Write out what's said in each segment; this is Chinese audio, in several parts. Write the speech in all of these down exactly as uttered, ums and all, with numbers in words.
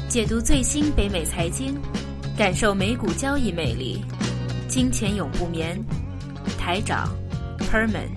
解读最新北美财经，感受美股交易魅力。金钱永不眠，台长 Herman。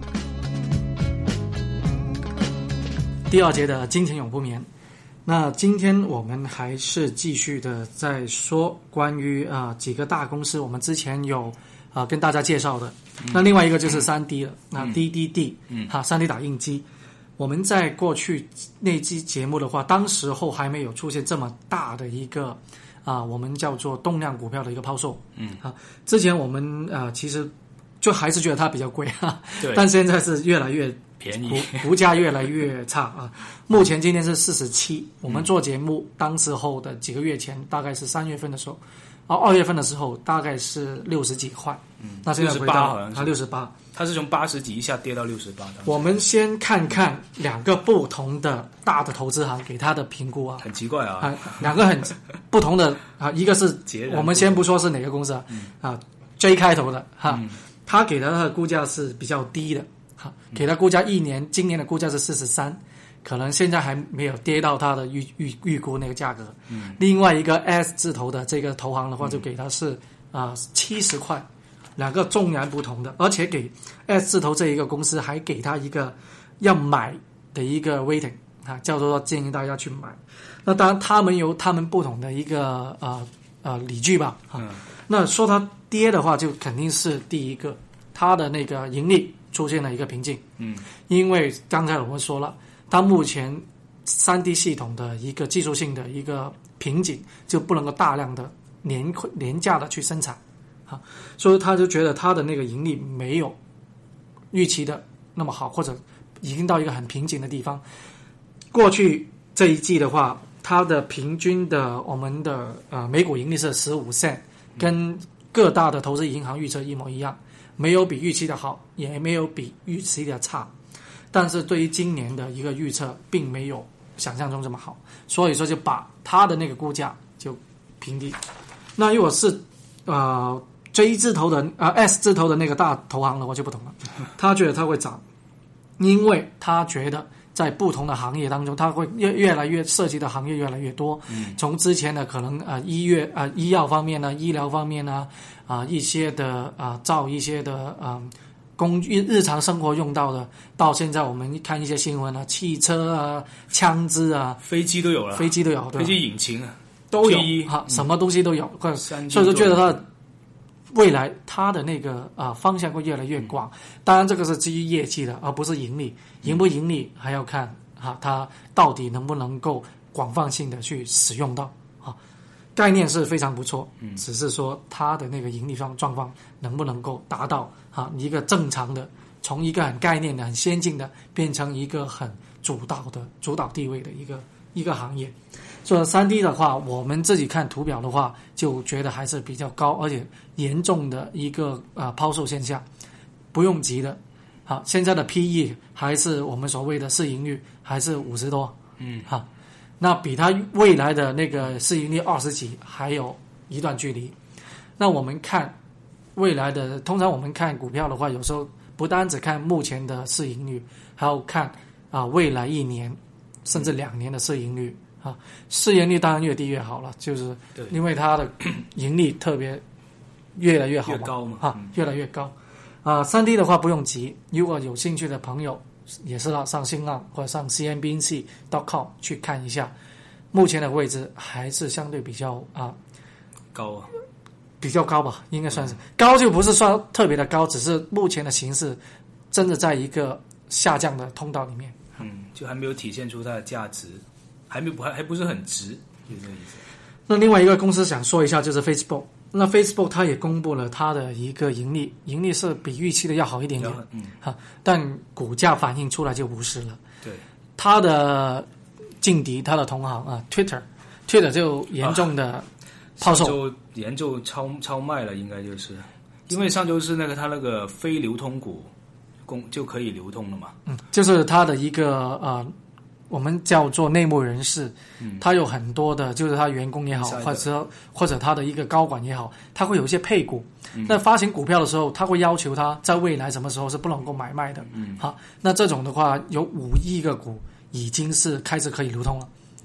第二节的金钱永不眠。那今天我们还是继续的在说关于啊、呃、几个大公司，我们之前有啊、呃、跟大家介绍的。嗯、那另外一个就是 三 D 了，那 D D D， 嗯，哈 三 D 打印机。我们在过去那期节目的话，当时候还没有出现这么大的一个啊、呃，我们叫做动量股票的一个抛售。嗯，啊，之前我们啊、呃、其实就还是觉得它比较贵哈，对，但现在是越来越便宜， 股股价越来越差啊。目前今天是四十七，我们做节目、嗯、当时候的几个月前，大概是三月份的时候，啊，二月份的时候大概是六十几块，嗯，那现在回到啊六十八， 它是从八十几一下跌到六十八。 我们先看看两个不同的大的投资行给它的评估啊， 很奇怪啊， 啊两个很不同的啊，一个是我们先不说是哪个公司啊，嗯、啊 J 开头的哈，嗯、他给它的估价是比较低的。好，给他估价一年，今年的估价是四十三，可能现在还没有跌到他的预预预估那个价格。嗯，另外一个 S 字头的这个投行的话，就给他是啊七十块，两个纵然不同的，而且给 S 字头这一个公司还给他一个要买的一个 waiting 啊，叫做建议大家去买。那当然，他们有他们不同的一个呃呃理据吧。啊、嗯，那说它跌的话，就肯定是第一个，它的那个盈利出现了一个瓶颈，嗯，因为刚才我们说了，它目前 三 D 系统的一个技术性的一个瓶颈，就不能够大量的廉廉价的去生产，啊，所以他就觉得他的那个盈利没有预期的那么好，或者已经到一个很瓶颈的地方。过去这一季的话，它的平均的我们的呃每股盈利是十五 cent， 跟各大的投资银行预测一模一样。没有比预期的好，也没有比预期的差，但是对于今年的一个预测并没有想象中这么好，所以说就把它的那个估价就平低。那如果是呃 J 字头的呃 S 字头的那个大投行的话就不同了，他觉得它会涨，因为他觉得在不同的行业当中，它会越越来越涉及的行业越来越多。嗯，从之前的可能呃医院啊、呃、医药方面呢、医疗方面呢啊、呃、一些的啊、呃、造一些的啊、呃、工具日常生活用到的，到现在我们看一些新闻啊，汽车啊、枪支啊、 飞机都有了， 飞机都有，对， 飞机引擎啊都有哈、嗯，什么东西都有。所以说觉得它未来它的那个啊、呃、方向会越来越广，当然这个是基于业绩的，而不是盈利。盈不盈利还要看哈、啊，它到底能不能够广泛性的去使用到啊。概念是非常不错，嗯，只是说它的那个盈利状状况能不能够达到啊一个正常的，从一个很概念的、很先进的变成一个很主导的、主导地位的一个一个行业。所以 三 D 的话，我们自己看图表的话，就觉得还是比较高，而且严重的一个啊、呃、抛售现象，不用急的。好，现在的 P E 还是我们所谓的市盈率还是五十多，嗯，好，那比它未来的那个市盈率二十几还有一段距离。那我们看未来的，通常我们看股票的话，有时候不单只看目前的市盈率，还要看啊、呃、未来一年甚至两年的市盈率。啊，市盈率当然越低越好了，就是因为它的盈利特别越来越好嘛， 越高嘛， 啊，越来越高。啊 ，三 D 的话不用急，如果有兴趣的朋友，也是上新浪或者上 C N B C dot com 去看一下，目前的位置还是相对比较啊高啊， 比较高吧，应该算是、嗯、高，就不是说特别的高，只是目前的形势真的在一个下降的通道里面， 嗯，就还没有体现出它的价值。还没不还还不是很值，就是这个意思。 那另外一个公司想说一下，就是 Facebook。那 Facebook 它也公布了它的一个盈利，盈利是比预期的要好一点点，嗯，哈，但股价反映出来就不是了。 对， 它的劲敌，它的同行啊 ，Twitter，Twitter 就严重的抛售， 上周严重超超卖了，应该就是因为上周是那个它那个非流通股公就可以流通了嘛， 嗯，就是它的一个呃。我们叫做内幕人士，嗯，他有很多的，就是他员工也好，或者或者他的一个高管也好，他会有一些配股。嗯、那发行股票的时候，他会要求他在未来什么时候是不能够买卖的。嗯，好，那这种的话，有五亿个股已经是开始可以流通了。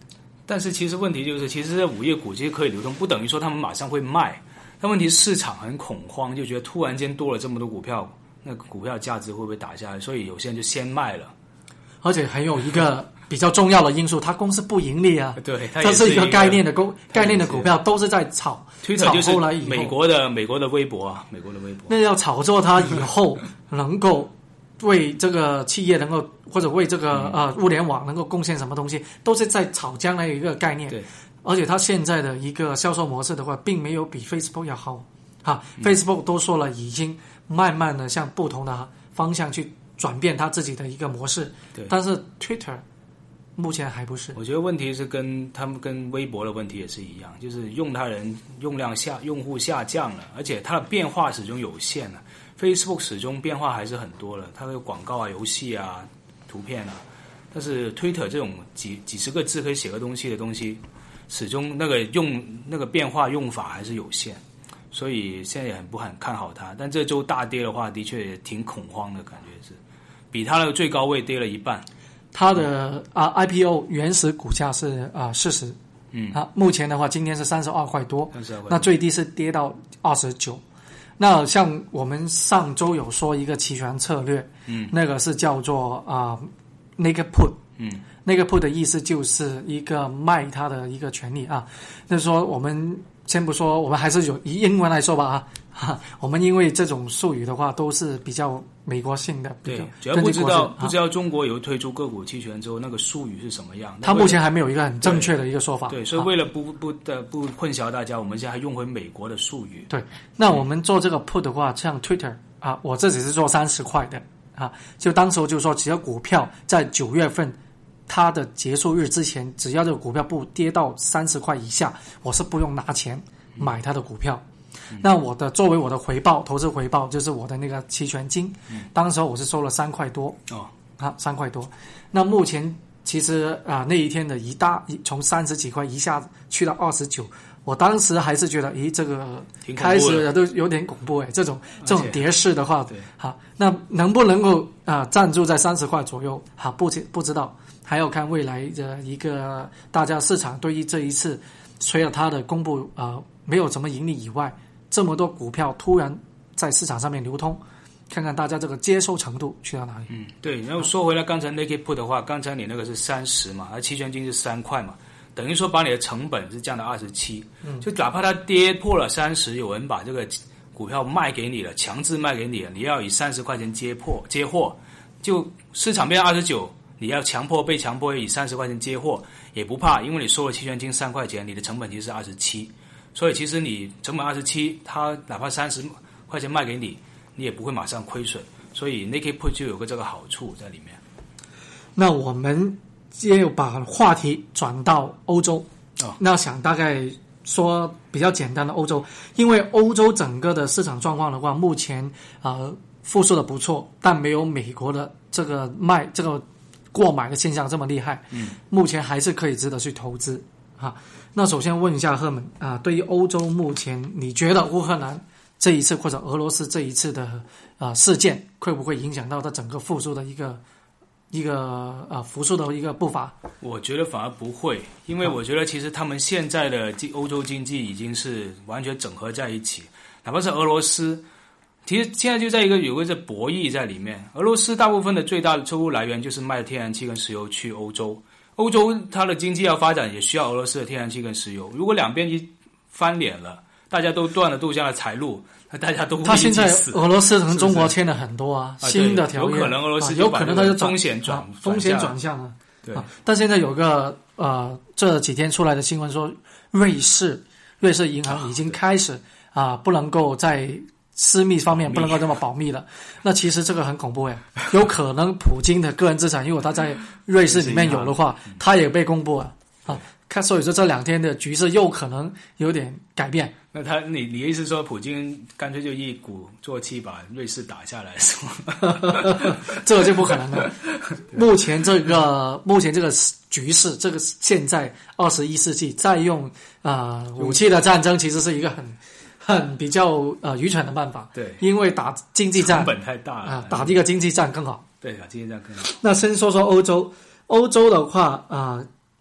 但是其实问题就是，其实这五页股其实可以流通，不等于说他们马上会卖。但问题市场很恐慌，就觉得突然间多了这么多股票，那股票价值会不会打下来？所以有些人就先卖了。 而且还有一个比较重要的因素，它公司不盈利啊， 对，它这是一个概念的股概念的股票都是在炒， 炒后来以后，美国的美国的微博啊，美国的微博， 那要炒作它以后能够为这个企业能够或者为这个、嗯、呃物联网能够贡献什么东西，都是在炒将来一个概念。 对， 而且它现在的一个销售模式的话，并没有比 Facebook 要好哈、嗯、，Facebook 都说了，已经慢慢的向不同的方向去转变他自己的一个模式， 对， 但是 Twitter 目前还不是。 我觉得问题是跟他们跟微博的问题也是一样，就是用它人用量下用户下降了，而且它的变化始终有限了。Facebook 始终变化还是很多了，它的广告啊、游戏啊、图片啊，但是 Twitter 这种几几十个字可以写个东西的东西，始终那个用那个变化用法还是有限。所以现在也很不很看好它，但这周大跌的话，的确也挺恐慌的感觉是，比它的最高位跌了一半。 它的啊 I P O 原始股价是啊四十，嗯，啊目前的话今天是三十二块多，三十二块多，那最低是跌到二十九。那像我们上周有说一个期权策略，嗯，那个是叫做啊 naked put， 嗯。那个 put 的意思就是一个卖它的一个权利啊，就是说我们。先不说，我们还是有以英文来说吧啊，哈，我们因为这种术语的话都是比较美国性的， 对，只要不知道不知道中国有推出个股期权之后，那个术语是什么样？ 它目前还没有一个很正确的一个说法。 对，对所以为了不不的不混淆大家，我们现在还用回美国的术语。 对，那我们做这个 put 的话，像 Twitter 啊，我这只是做三十块的啊，就当时就说只要股票在九月份。它的结束日之前，只要这个股票不跌到三十块以下，我是不用拿钱买它的股票。嗯、那我的作为我的回报，投资回报就是我的那个期权金，嗯、当时我是收了三块多哦，啊三块多。那目前其实啊那一天的一大从三十几块一下去到二十九，我当时还是觉得，咦，这个开始都有点恐怖诶，这种这种跌势的话，好，那能不能够啊站住在三十块左右？好，不知不知道。还要看未来的一个大家市场对于这一次，除了它的公布啊、呃、没有什么盈利以外，这么多股票突然在市场上面流通，看看大家这个接受程度去到哪里。 嗯，对。然后说回来，刚才 naked put 的话，刚才你那个是三十嘛，而期权金是三块嘛，等于说把你的成本是降到二十七。嗯，就哪怕它跌破了三十，有人把这个股票卖给你了，强制卖给你了，你要以三十块钱接破接货，就市场变二十九。你要强迫被强迫以三十块钱接货也不怕，因为你收了期权金三块钱，你的成本其实是二十七，所以其实你成本二十七，他哪怕三十块钱卖给你，你也不会马上亏损，所以 naked put 就有个这个好处在里面。 那我们也有把话题转到欧洲，哦、那想大概说比较简单的欧洲，因为欧洲整个的市场状况的话，目前呃复苏的不错，但没有美国的这个卖这个。过买的现象这么厉害，嗯，目前还是可以值得去投资啊。那首先问一下赫本啊，对于欧洲目前，你觉得乌克兰这一次或者俄罗斯这一次的啊事件，会不会影响到它整个复苏的一个一个啊复苏的一个步伐？ 我觉得反而不会，因为我觉得其实他们现在的欧洲经济已经是完全整合在一起，哪怕是俄罗斯。其实现在就在一个有个这博弈在里面，俄罗斯大部分的最大的收入来源就是卖天然气跟石油去欧洲，欧洲它的经济要发展也需要俄罗斯的天然气跟石油，如果两边一翻脸了，大家都断了度假的财路，那大家都他现在俄罗斯跟中国签了很多啊，是是新的条约， 有可能俄罗斯有可能它就风险转、 啊、风险转向啊。 对、 啊，但现在有个呃这几天出来的新闻说，瑞士瑞士银行已经开始啊、呃、不能够在私密方面不能够这么保密了，那其实这个很恐怖诶，有可能普京的个人资产如果他在瑞士里面有的话，他也被公布了啊。看，所以说这两天的局势又可能有点改变。 那他，你你的意思说，普京干脆就一鼓作气把瑞士打下来，是吗？ 这个就不可能了。目前这个目前这个局势，这个现在二十一世纪再用啊、呃、武器的战争，其实是一个很。很比较呃愚蠢的办法， 对， 因为打经济战成本太大了啊、呃，打这个经济战更好。 对，打经济战更好。 那先说说欧洲，欧洲的话啊、呃，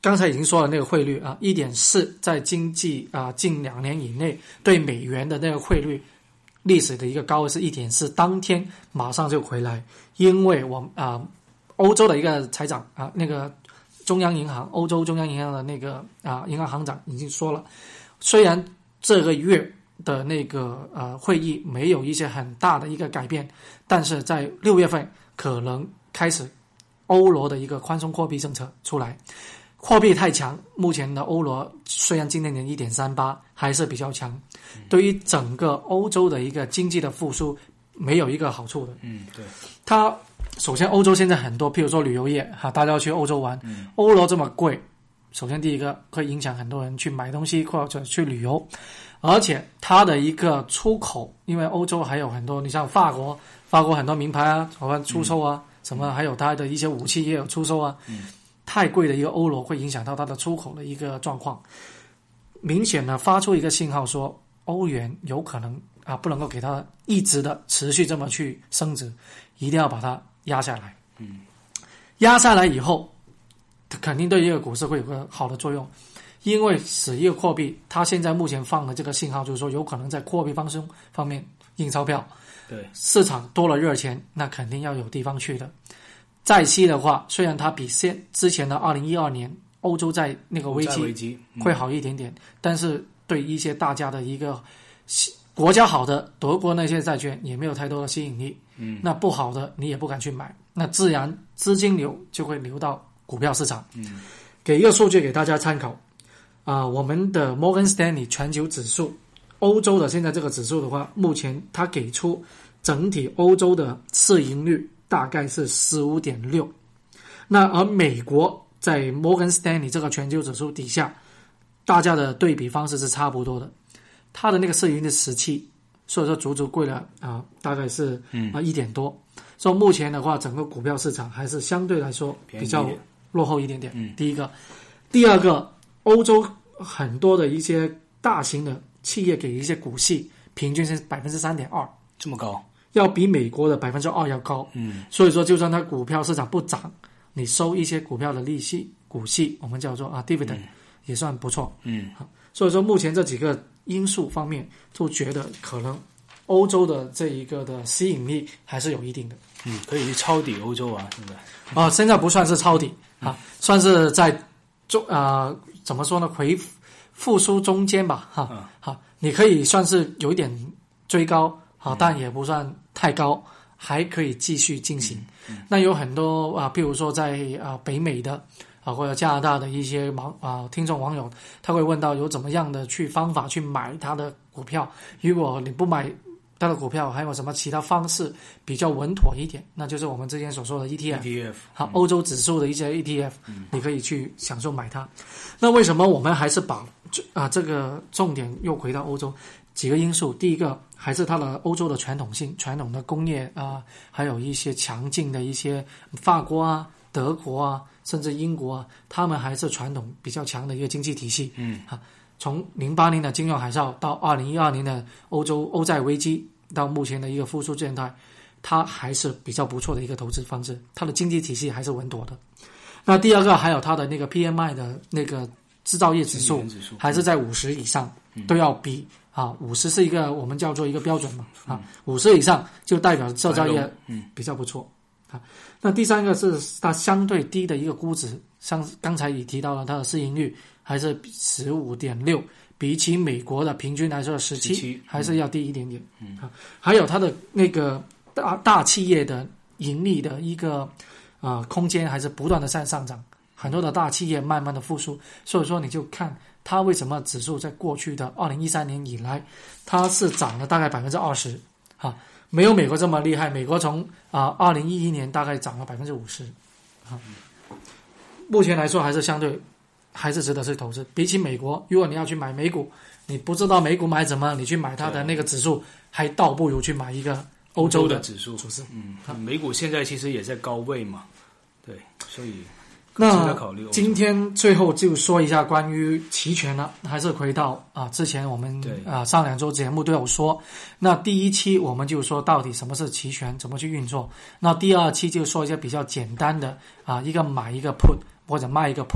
刚才已经说了那个汇率啊， 一点四 在经济啊近两年以内对美元的那个汇率历史的一个高位是 一点四， 当天马上就回来，因为我啊欧洲的一个财长啊那个中央银行欧洲中央银行的那个啊银行行长已经说了，虽然这个月的那个呃会议没有一些很大的一个改变，但是在六月份可能开始欧罗的一个宽松货币政策出来。货币太强，目前的欧罗虽然今年年 一点三八 还是比较强，对于整个欧洲的一个经济的复苏没有一个好处的。 嗯，对。 它首先欧洲现在很多，譬如说旅游业哈，大家要去欧洲玩， 嗯、 欧罗这么贵，首先第一个会影响很多人去买东西或者去旅游，而且它的一个出口，因为欧洲还有很多，你像法国，法国很多名牌啊，好像出售啊，嗯、什么还有它的一些武器也有出售啊。嗯，太贵的一个欧罗会影响到它的出口的一个状况，明显的发出一个信号说欧元有可能啊不能够给它一直的持续这么去升值，一定要把它压下来。 嗯， 压下来以后，肯定对一个股市会有个好的作用，因为使一个货币，它现在目前放的这个信号就是说有可能在货币放松方面印钞票， 对，市场多了热钱，那肯定要有地方去的。债息的话，虽然它比现之前的二零一二年欧洲债那个危 机, 危机、嗯、会好一点点，但是对一些大家的一个国家好的德国那些债券也没有太多的吸引力，嗯，那不好的你也不敢去买，那自然资金流就会流到股票市场。 嗯， 给一个数据给大家参考啊、呃，我们的 Morgan Stanley 全球指数，欧洲的现在这个指数的话，目前它给出整体欧洲的市盈率大概是 十五点六， 那而美国在 Morgan Stanley 这个全球指数底下，大家的对比方式是差不多的，它的那个市盈率是十七，所以说足足贵了啊、呃，大概是啊一点多。所以目前的话，整个股票市场还是相对来说比较落后一点点。 嗯， 第一个，第二个，欧洲很多的一些大型的企业给一些股息，平均是百分之三点二， 这么高。 要比美国的百分之二要高， 嗯， 所以说就算它股票市场不涨，你收一些股票的利息、股息，我们叫做啊 dividend，、嗯、也算不错， 嗯， 所以说目前这几个因素方面，都觉得可能欧洲的这一个的吸引力还是有一定的， 嗯，可以去抄底欧洲啊，现在啊、呃，现在不算是抄底、嗯、啊，算是在中啊、呃、怎么说呢，回复苏中间吧，哈， 嗯、 好，你可以算是有一点追高。好，但也不算太高，还可以继续进行。 嗯嗯、 那有很多啊，譬如说在啊北美的啊或者加拿大的一些网啊听众网友，他会问到有怎么样的去方法去买他的股票。如果你不买他的股票，还有什么其他方式比较稳妥一点？那就是我们之前所说的 E T F， E T F 好，欧洲指数的一些 E T F，、 嗯、 你可以去享受买它。那为什么我们还是把啊这个重点又回到欧洲？几个因素，第一个还是它的欧洲的传统性，传统的工业啊、呃，还有一些强劲的一些法国啊、德国啊，甚至英国啊，他们还是传统比较强的一个经济体系。 嗯， 啊，从零八年的金融海啸到二零一二年的欧洲欧债危机，到目前的一个复苏状态，它还是比较不错的一个投资方式，它的经济体系还是稳妥的。那第二个还有它的那个 P M I 的那个制造业指数，还是在五十以上， 嗯、 都要比。啊，五十是一个我们叫做一个标准嘛，啊，五十以上就代表制造业比较不错，啊，那第三个是它相对低的一个估值，像刚才也提到了它的市盈率还是 十五点六， 比起美国的平均来说十七还是要低一点点， 嗯， 啊，还有它的那个大大企业的盈利的一个啊、呃、空间还是不断的在上涨，很多的大企业慢慢的复苏，所以说你就看。它为什么指数在过去的二零一三年以来，它是涨了大概百分之二十，啊，没有美国这么厉害。美国从啊二零一一年大概涨了百分之五十，啊，目前来说还是相对还是值得去投资。比起美国，如果你要去买美股，你不知道美股买什么，你去买它的那个指数，还倒不如去买一个欧洲的指数。 是嗯，美股现在其实也在高位嘛，对，所以。 那今天最后就说一下关于期权了，还是回到啊之前我们啊上两周节目都有说。那第一期我们就说到底什么是期权，怎么去运作。那第二期就说一些比较简单的啊，一个买一个 put 或者卖一个 put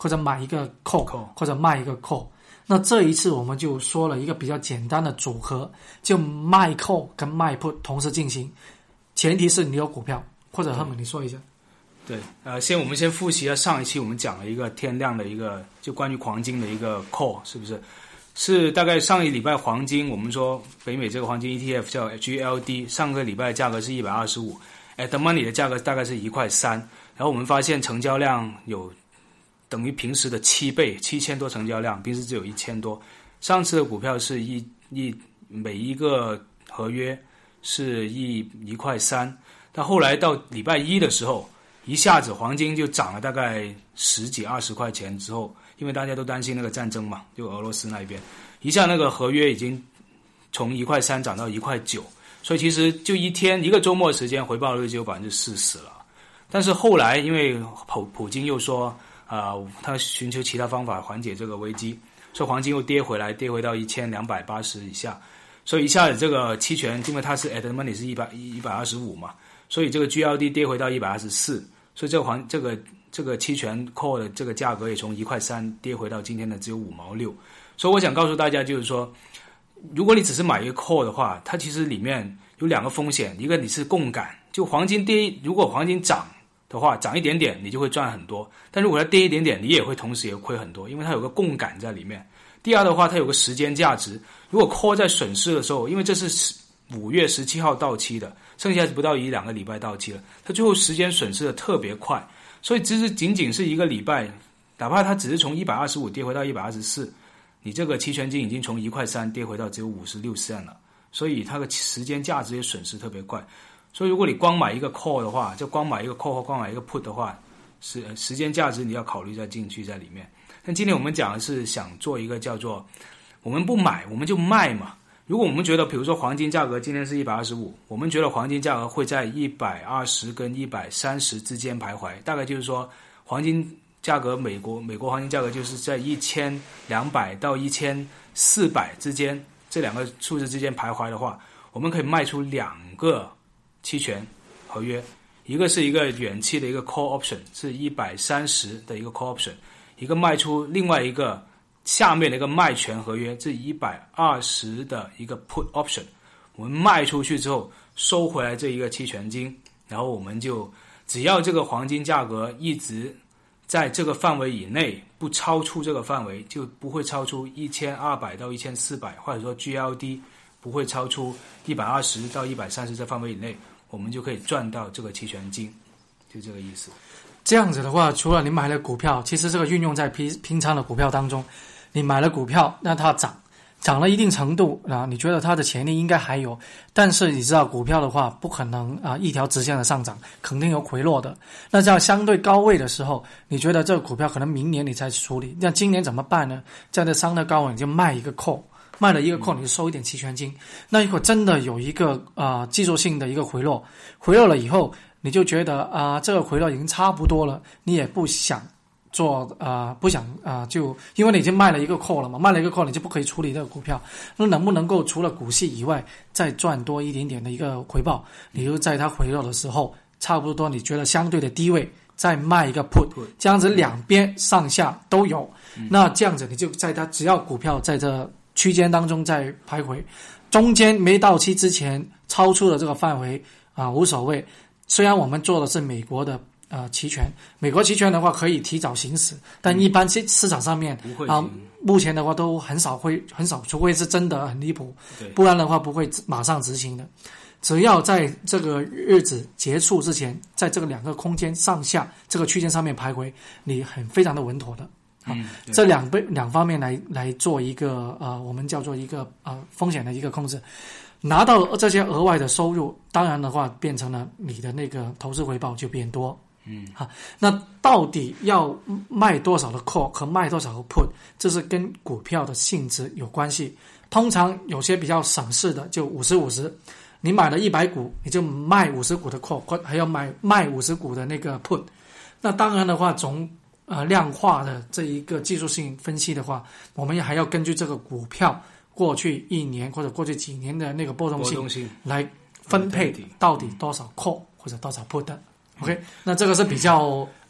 或者买一个 call， 或者卖一个 call。那这一次我们就说了一个比较简单的组合，就卖 call 跟卖 put 同时进行，前提是你有股票。或者他们你说一下。 对，呃，先我们先复习一下上一期我们讲了一个天量的一个就关于黄金的一个 call， 是不是？是大概上一礼拜黄金，我们说北美这个黄金 E T F 叫 G L D， 上个礼拜的价格是一百二十五 ，at the money 的价格大概是一块三，然后我们发现成交量有等于平时的七倍，七千多成交量，平时只有一千多。上次的股票是一一每一个合约是一一块三。但后来到礼拜一的时候，一下子黄金就涨了大概十几二十块钱之后，因为大家都担心那个战争嘛，就俄罗斯那边，一下那个合约已经从一块三涨到一块九，所以其实就一天一个周末时间，回报率就有百分之四十了。但是后来因为普普京又说，呃，他寻求其他方法缓解这个危机，所以黄金又跌回来，跌回到一千两百八十以下，所以一下子这个期权，因为它是 at the money 是一百一百二十五嘛。所以这个 G L D 跌回到一百二十四，所以这个黄这个这个期权 call 的这个价格也从一块三跌回到今天的只有五毛六。所以我想告诉大家，就是说，如果你只是买一个 call 的话，它其实里面有两个风险，一个你是共感，就黄金跌，如果黄金涨的话，涨一点点你就会赚很多，但如果它跌一点点，你也会同时也亏很多，因为它有个共感在里面。第二的话，它有个时间价值，如果 call 在损失的时候，因为这是五月十七号到期的，剩下不到一两个礼拜到期了，它最后时间损失的特别快，所以其实仅仅是一个礼拜，哪怕它只是从一百二十五跌回到一百二十四，你这个期权金已经从一块三跌回到只有五十六 cent 了，所以它的时间价值也损失特别快。所以如果你光买一个 call 的话，就光买一个 call 或光买一个 put 的话，时时间价值你要考虑在进去在里面。但今天我们讲的是想做一个叫做我们不买我们就卖嘛。如果我们觉得比如说黄金价格今天是一百二十五，我们觉得黄金价格会在一百二十跟一百三十之间徘徊，大概就是说黄金价格美国美国黄金价格就是在一千两百到一千四百之间，这两个数字之间徘徊的话，我们可以卖出两个期权合约，一个是一个远期的一个 call option， 是一百三十的一个 call option， 一个卖出另外一个下面的一个卖权合约是一百二十的一个 put option， 我们卖出去之后收回来这一个期权金，然后我们就只要这个黄金价格一直在这个范围以内，不超出这个范围，就不会超出一千二百到一千四百，或者说 G L D 不会超出一百二十到一百三十这范围以内，我们就可以赚到这个期权金，就这个意思。 这样子的话，除了你买了股票，其实这个运用在平平常的股票当中，你买了股票，那它涨，涨了一定程度啊，你觉得它的潜力应该还有，但是你知道股票的话，不可能啊一条直线的上涨，肯定有回落的。那在相对高位的时候，你觉得这个股票可能明年你才处理，那今年怎么办呢？在这相对高位，你就卖一个 call。卖了一个 call， 你就收一点期权金。那如果真的有一个啊、呃、技术性的一个回落，回落了以后，你就觉得啊、呃、这个回落已经差不多了，你也不想做啊、呃、不想啊、呃、就因为你已经卖了一个 call 了嘛，卖了一个 call 你就不可以处理这个股票。那能不能够除了股息以外，再赚多一点点的一个回报？你就在它回落的时候，差不多你觉得相对的低位，再卖一个 put， 这样子两边上下都有。嗯、那这样子你就在它只要股票在这区间当中在徘徊，中间没到期之前超出了这个范围啊、呃、无所谓。虽然我们做的是美国的呃期权，美国期权的话可以提早行使，但一般市市场上面啊、呃、目前的话都很少会很少，除非是真的很离谱，不然的话不会马上执行的。只要在这个日子结束之前，在这个两个空间上下这个区间上面徘徊，你很非常的稳妥的。嗯，这两倍两方面来来做一个呃，我们叫做一个呃风险的一个控制，拿到这些额外的收入，当然的话变成了你的那个投资回报就变多。嗯，好，那到底要卖多少的 call 和卖多少的 put， 这是跟股票的性质有关系。通常有些比较省事的就五十五十，你买了一百股，你就卖五十股的 call， 还要买卖五十股的那个 put。那当然的话，从呃，量化的这一个技术性分析的话，我们还要根据这个股票过去一年或者过去几年的那个波动性来分配到底多少 call 或者多少 put 的。OK， 那这个是比较啊、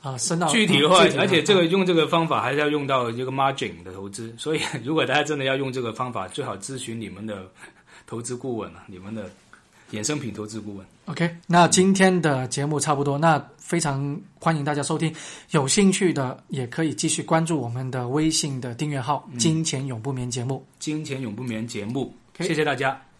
啊，升到具体的话， 啊、 而且这个用这个方法还是要用到这个 margin 的投资，所以如果大家真的要用这个方法，最好咨询你们的投资顾问啊，你们的衍生品投资顾问。 OK， 那今天的节目差不多，那非常欢迎大家收听，有兴趣的也可以继续关注我们的微信的订阅号“金钱永不眠”节目。 金钱永不眠节目， Okay. 谢谢大家。